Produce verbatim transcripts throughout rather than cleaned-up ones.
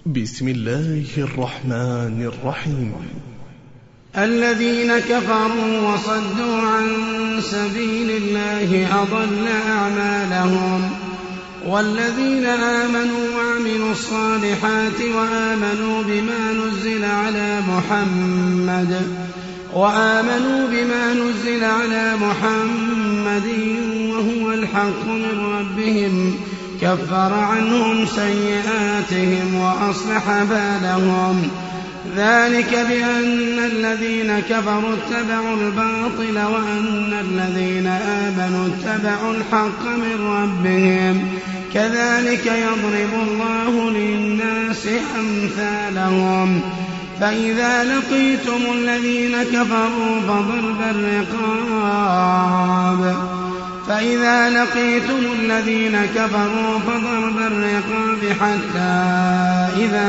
بسم الله الرحمن الرحيم. الذين كفروا وصدوا عن سبيل الله أضل أعمالهم، والذين آمنوا وعملوا الصالحات وآمنوا بما نزل على محمد وآمنوا بما نزل على محمد وهو الحق من ربهم كفر عنهم سيئاتهم وأصلح بالهم. ذلك بأن الذين كفروا اتبعوا الباطل وأن الذين آمنوا اتبعوا الحق من ربهم، كذلك يضرب الله للناس أمثالهم. فإذا لقيتم الذين كفروا فضرب الرقاب فإذا لقيتم الذين كفروا فضرب الرقاب حتى إذا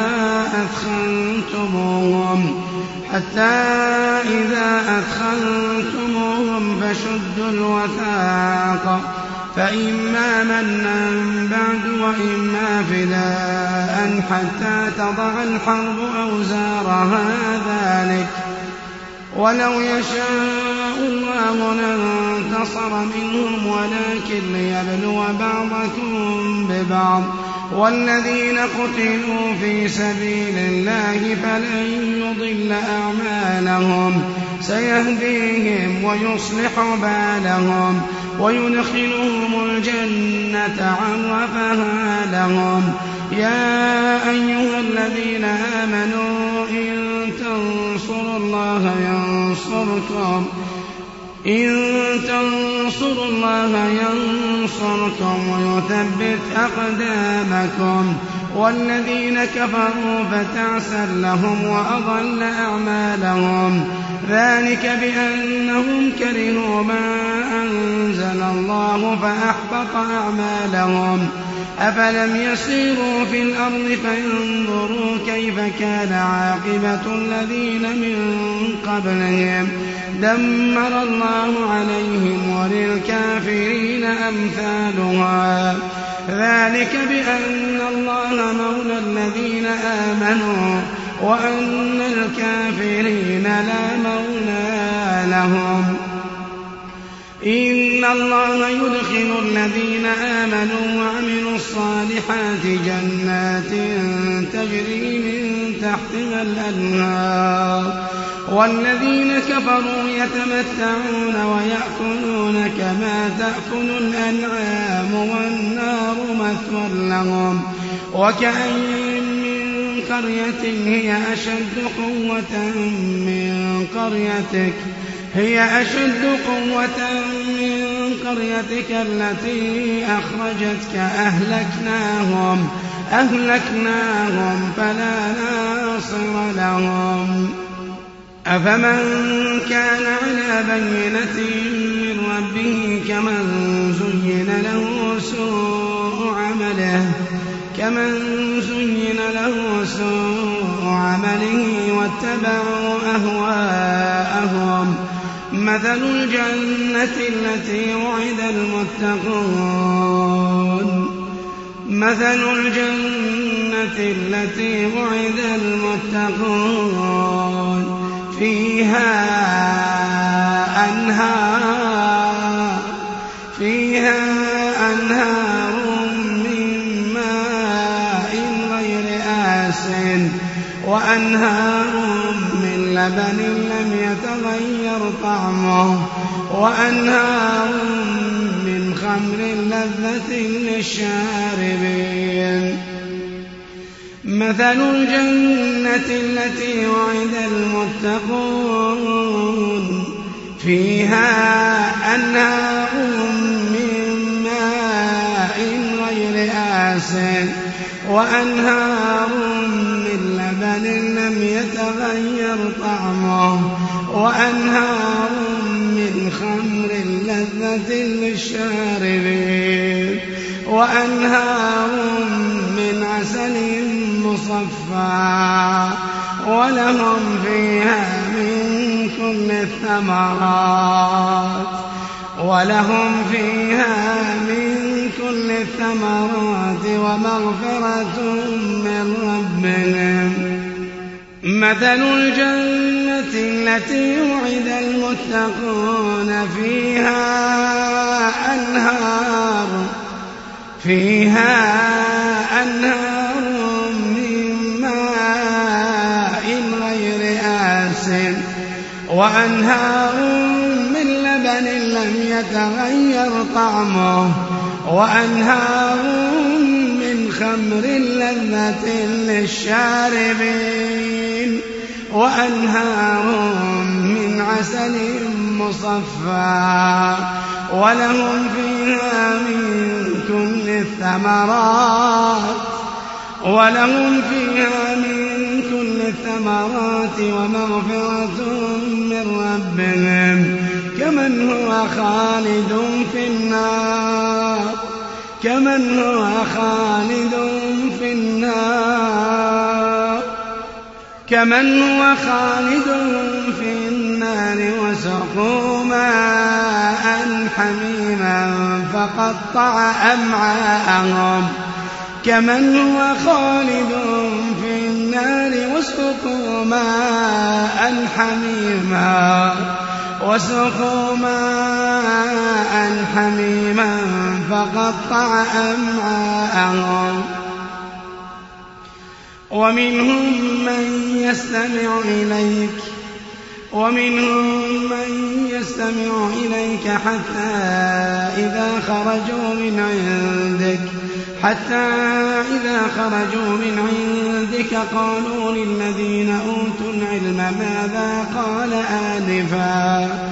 أثخنتموهم حتى إذا أثخنتموهم فشدوا الوثاق، فإما منا بعد وإما فداء حتى تضع الحرب أوزارها. ذلك ولو يشاء الله لانتصر منهم ولكن ليبلو بعضكم ببعض، والذين قتلوا في سبيل الله فلن يضل أعمالهم، سيهديهم ويصلح بالهم ويدخلهم الجنة عرفها لهم. يا أيها الذين آمنوا إن تنصروا الله ينصركم إن تنصروا الله ينصركم ويثبت أقدامكم، والذين كفروا فتعسا لهم وأضل أعمالهم. ذلك بأنهم كرهوا ما أنزل الله فأحبط أعمالهم. أفلم يسيروا في الأرض فينظروا كيف كان عاقبة الذين من قبلهم، دمر الله عليهم وللكافرين أمثالها. ذلك بأن الله مولى الذين آمنوا وأن الكافرين لا مولى لهم. إن الله يدخل الذين آمنوا وعملوا الصالحات جنات تجري من تحتها الأنهار، والذين كفروا يتمتعون ويأكلون كما تأكل الأنعام والنار مثوى لهم. وكأين من قرية هي أشد قوة من قريتك هي أشد قوة من قريتك التي أخرجتك أهلكناهم أهلكناهم فلا ناصر لهم. أفمن كان على بينة من ربه كمن زين له سوء عمله كمن زين له سوء عمله واتبعوا أهواءهم. مثل الجنة التي وعد المتقون مثل الجنة التي وعد المتقون فيها أنهار فيها أنهار من ماء غير آسن وأنهار من لبن لم يتغير طعمه وأنهار من خمر لذة للشاربين. مثل الجنة التي وعد المتقون فيها أنهار من ماء غير آسن وأنهار من لبن لم يتغير طعمه وأنهار من خمر لذة للشاربين وأنهار من عسل مصفى ولهم فيها من كل الثمرات ولهم فيها من كل الثمرات ومغفرة من ربهم مثل الجنة التي وعد المتقون فيها أنهار فيها أنهار من ماء غير آسن وأنهار من لبن لم يتغير طعمه وأنهار من خمر لذة للشاربين وأنهار من عسل مصفى ولهم فيها من كل الثمرات ولهم فيها من كل الثمرات ومغفرة من ربهم كمن هو خالد في النار كمن هو خالد في النار كمن هو خالد في النار وسقوا ماء حميما فقطع أمعاءهم كمن هو خالد في النار وسقوا ماء حميما وسقوا ماء حميما فقطع أمعاءهم ومنهم من يستمع إليك ومنهم من يستمع إليك حتى إذا خرجوا من عندك حتى إذا خرجوا من عندك قالوا للذين أوتوا العلم ماذا قال آنفا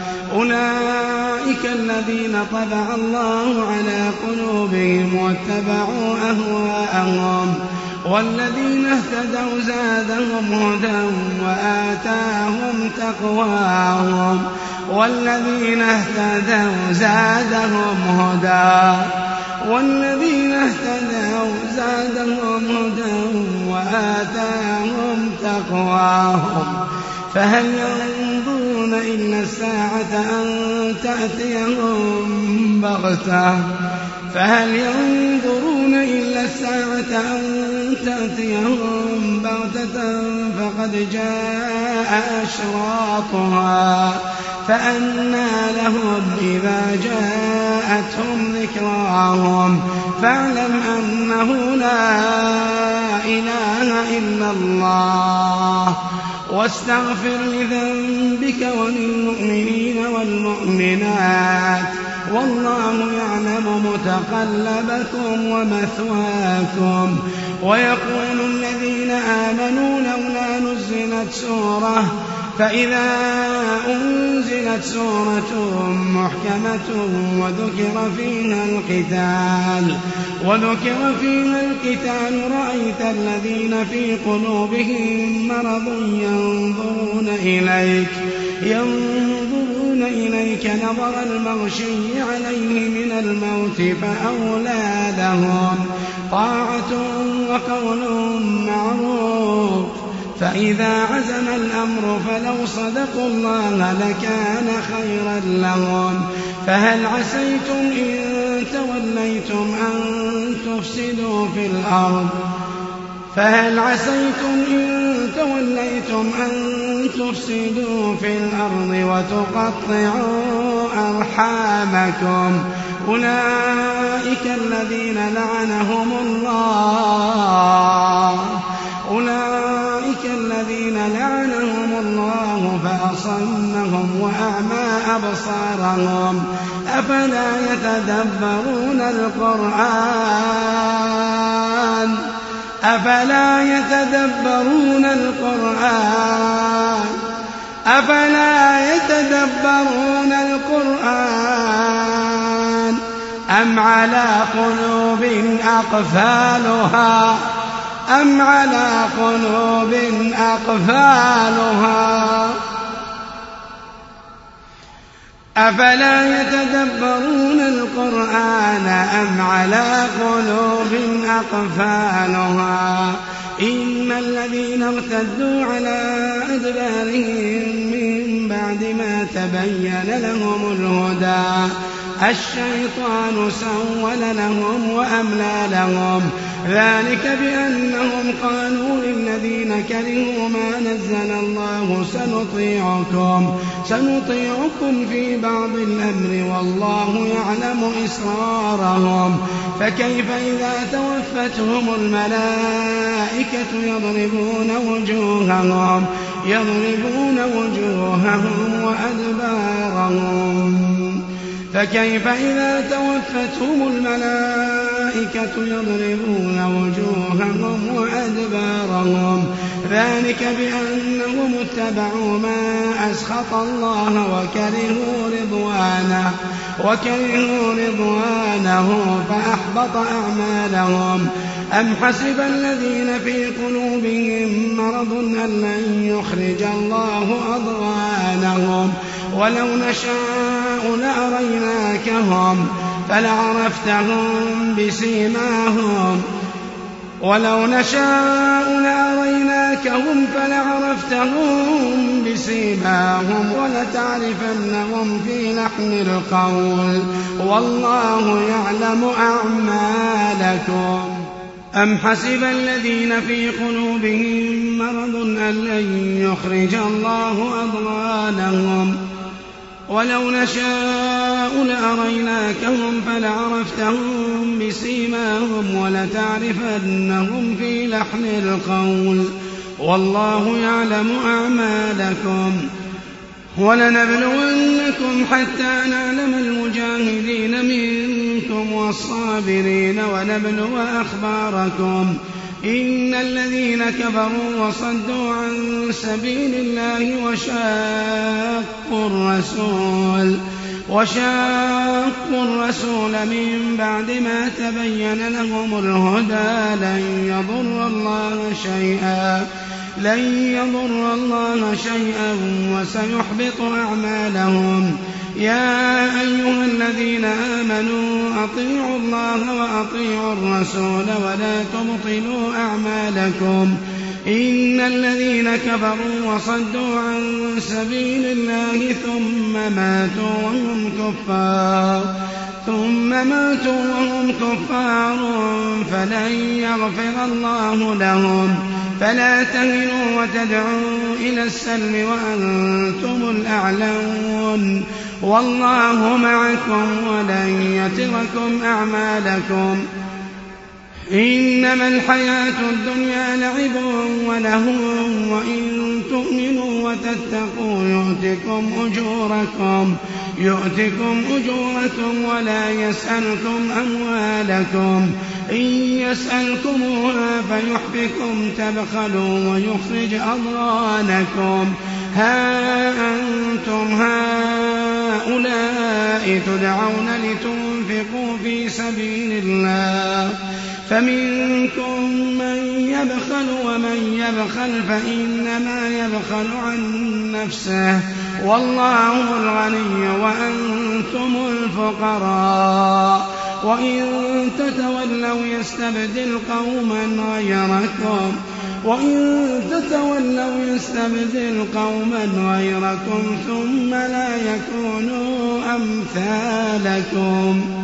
أولئك الذين طبع الله على قلوبهم واتبعوا أهواءهم والذين اهتدوا زادهم هدى وآتاهم تقواهم والذين اهتدوا زادهم هدى والذين اهتدوا زادهم هدى وآتاهم تقواهم فهل ينظرون إلا الساعة أن تأتيهم بغتة فهل ينظرون إلا الساعة أن تأتيهم بغتة فقد جاء أشراطها فأنى لهم إذا جاءتهم ذكراهم فاعلم أنه لا إله إلا الله واستغفر لذنبك وللمؤمنين والمؤمنات والله يعلم متقلبكم ومثواكم ويقول الذين آمنوا لولا نزلت سورة فإذا أنزلت سورة محكمة وذكر فيها القتال وذكر فيها القتال رأيت الذين في قلوبهم مرض ينظرون إليك ينظرون إليك نظر المغشي عليه من الموت فأولى لهم طاعة وقول معروف فإذا عزم الأمر فلو صدقوا الله لكان خيرا لهم فهل عسيتم إن توليتم أن تفسدوا في الأرض فهل عسيتم إن توليتم أن تفسدوا في الأرض وتقطعوا أرحامكم أولئك الذين لعنهم الله أولئك الذين لعنهم الله فأصمهم وأعمى أبصارهم أفلا يتدبرون القرآن أفلا يتدبرون القرآن أفلا يتدبرون القرآن أم على قلوب أقفالها أم على قلوب أقفالها أفلا يتدبرون القرآن أم على قلوب أقفالها إن الذين ارتدوا على أدبارهم من بعد ما تبين لهم الهدى الشيطان سول لهم وأملى لهم ذلك بأنهم قالوا للذين الذين كرهوا ما نزل الله سنطيعكم سنطيعكم في بعض الأمر والله يعلم إسرارهم فكيف إذا توفتهم الملائكة يضربون وجوههم يضربون وجوههم وأدبارهم فكيف إذا توفتهم الملائكة يضربون وجوههم وأدبارهم ذلك بأنهم اتبعوا ما أسخط الله وكرهوا رضوانه وكرهوا رضوانه فأحبط أعمالهم أم حسب الذين في قلوبهم مرض أن لن يخرج الله أضغانهم ولو نشاء لأريناكهم فلعرفتهم بسيماهم ولو نشاء لأريناكهم فلعرفتهم بسيماهم ولتعرفنهم في لحن القول والله يعلم أعمالكم أم حسب الذين في قلوبهم مرض أن لن يخرج الله أضغانهم ولو نشاء لأريناكهم فلعرفتهم بسيماهم ولتعرفنهم في لحن القول والله يعلم أعمالكم ولنبلونكم حتى نعلم المجاهدين منكم والصابرين ونبلو أخباركم إن الذين كفروا وصدوا عن سبيل الله وشاقوا الرسول وشاقوا الرسول من بعد ما تبين لهم الهدى لن يضر الله شيئا لن يضر الله شيئا وسيحبط أعمالهم يا أيها الذين آمنوا أطيعوا الله وأطيعوا الرسول ولا تبطلوا أعمالكم إن الذين كفروا وصدوا عن سبيل الله ثم ماتوا وهم كفار ثم ماتوا وهم كفار فلن يغفر الله لهم فلا تهنوا وتدعوا إلى السلم وأنتم الأعلون والله معكم ولن يتركم أعمالكم إنما الحياة الدنيا لعب ولهو وإن تؤمنوا وتتقوا يؤتكم أجوركم يؤتكم أجوركم ولا يسألكم أموالكم إن يسألكموها فيحفكم تبخلوا ويخرج أضغانكم ها أنتم هؤلاء تدعون لتنفقوا في سبيل الله فمنكم من يبخل ومن يبخل فإنما يبخل عن نفسه والله الغني وأنتم الفقراء وإن تتولوا يستبدل قوما غيركم وإن تتولوا يستبدل قوما غيركم ثم لا يكونوا أمثالكم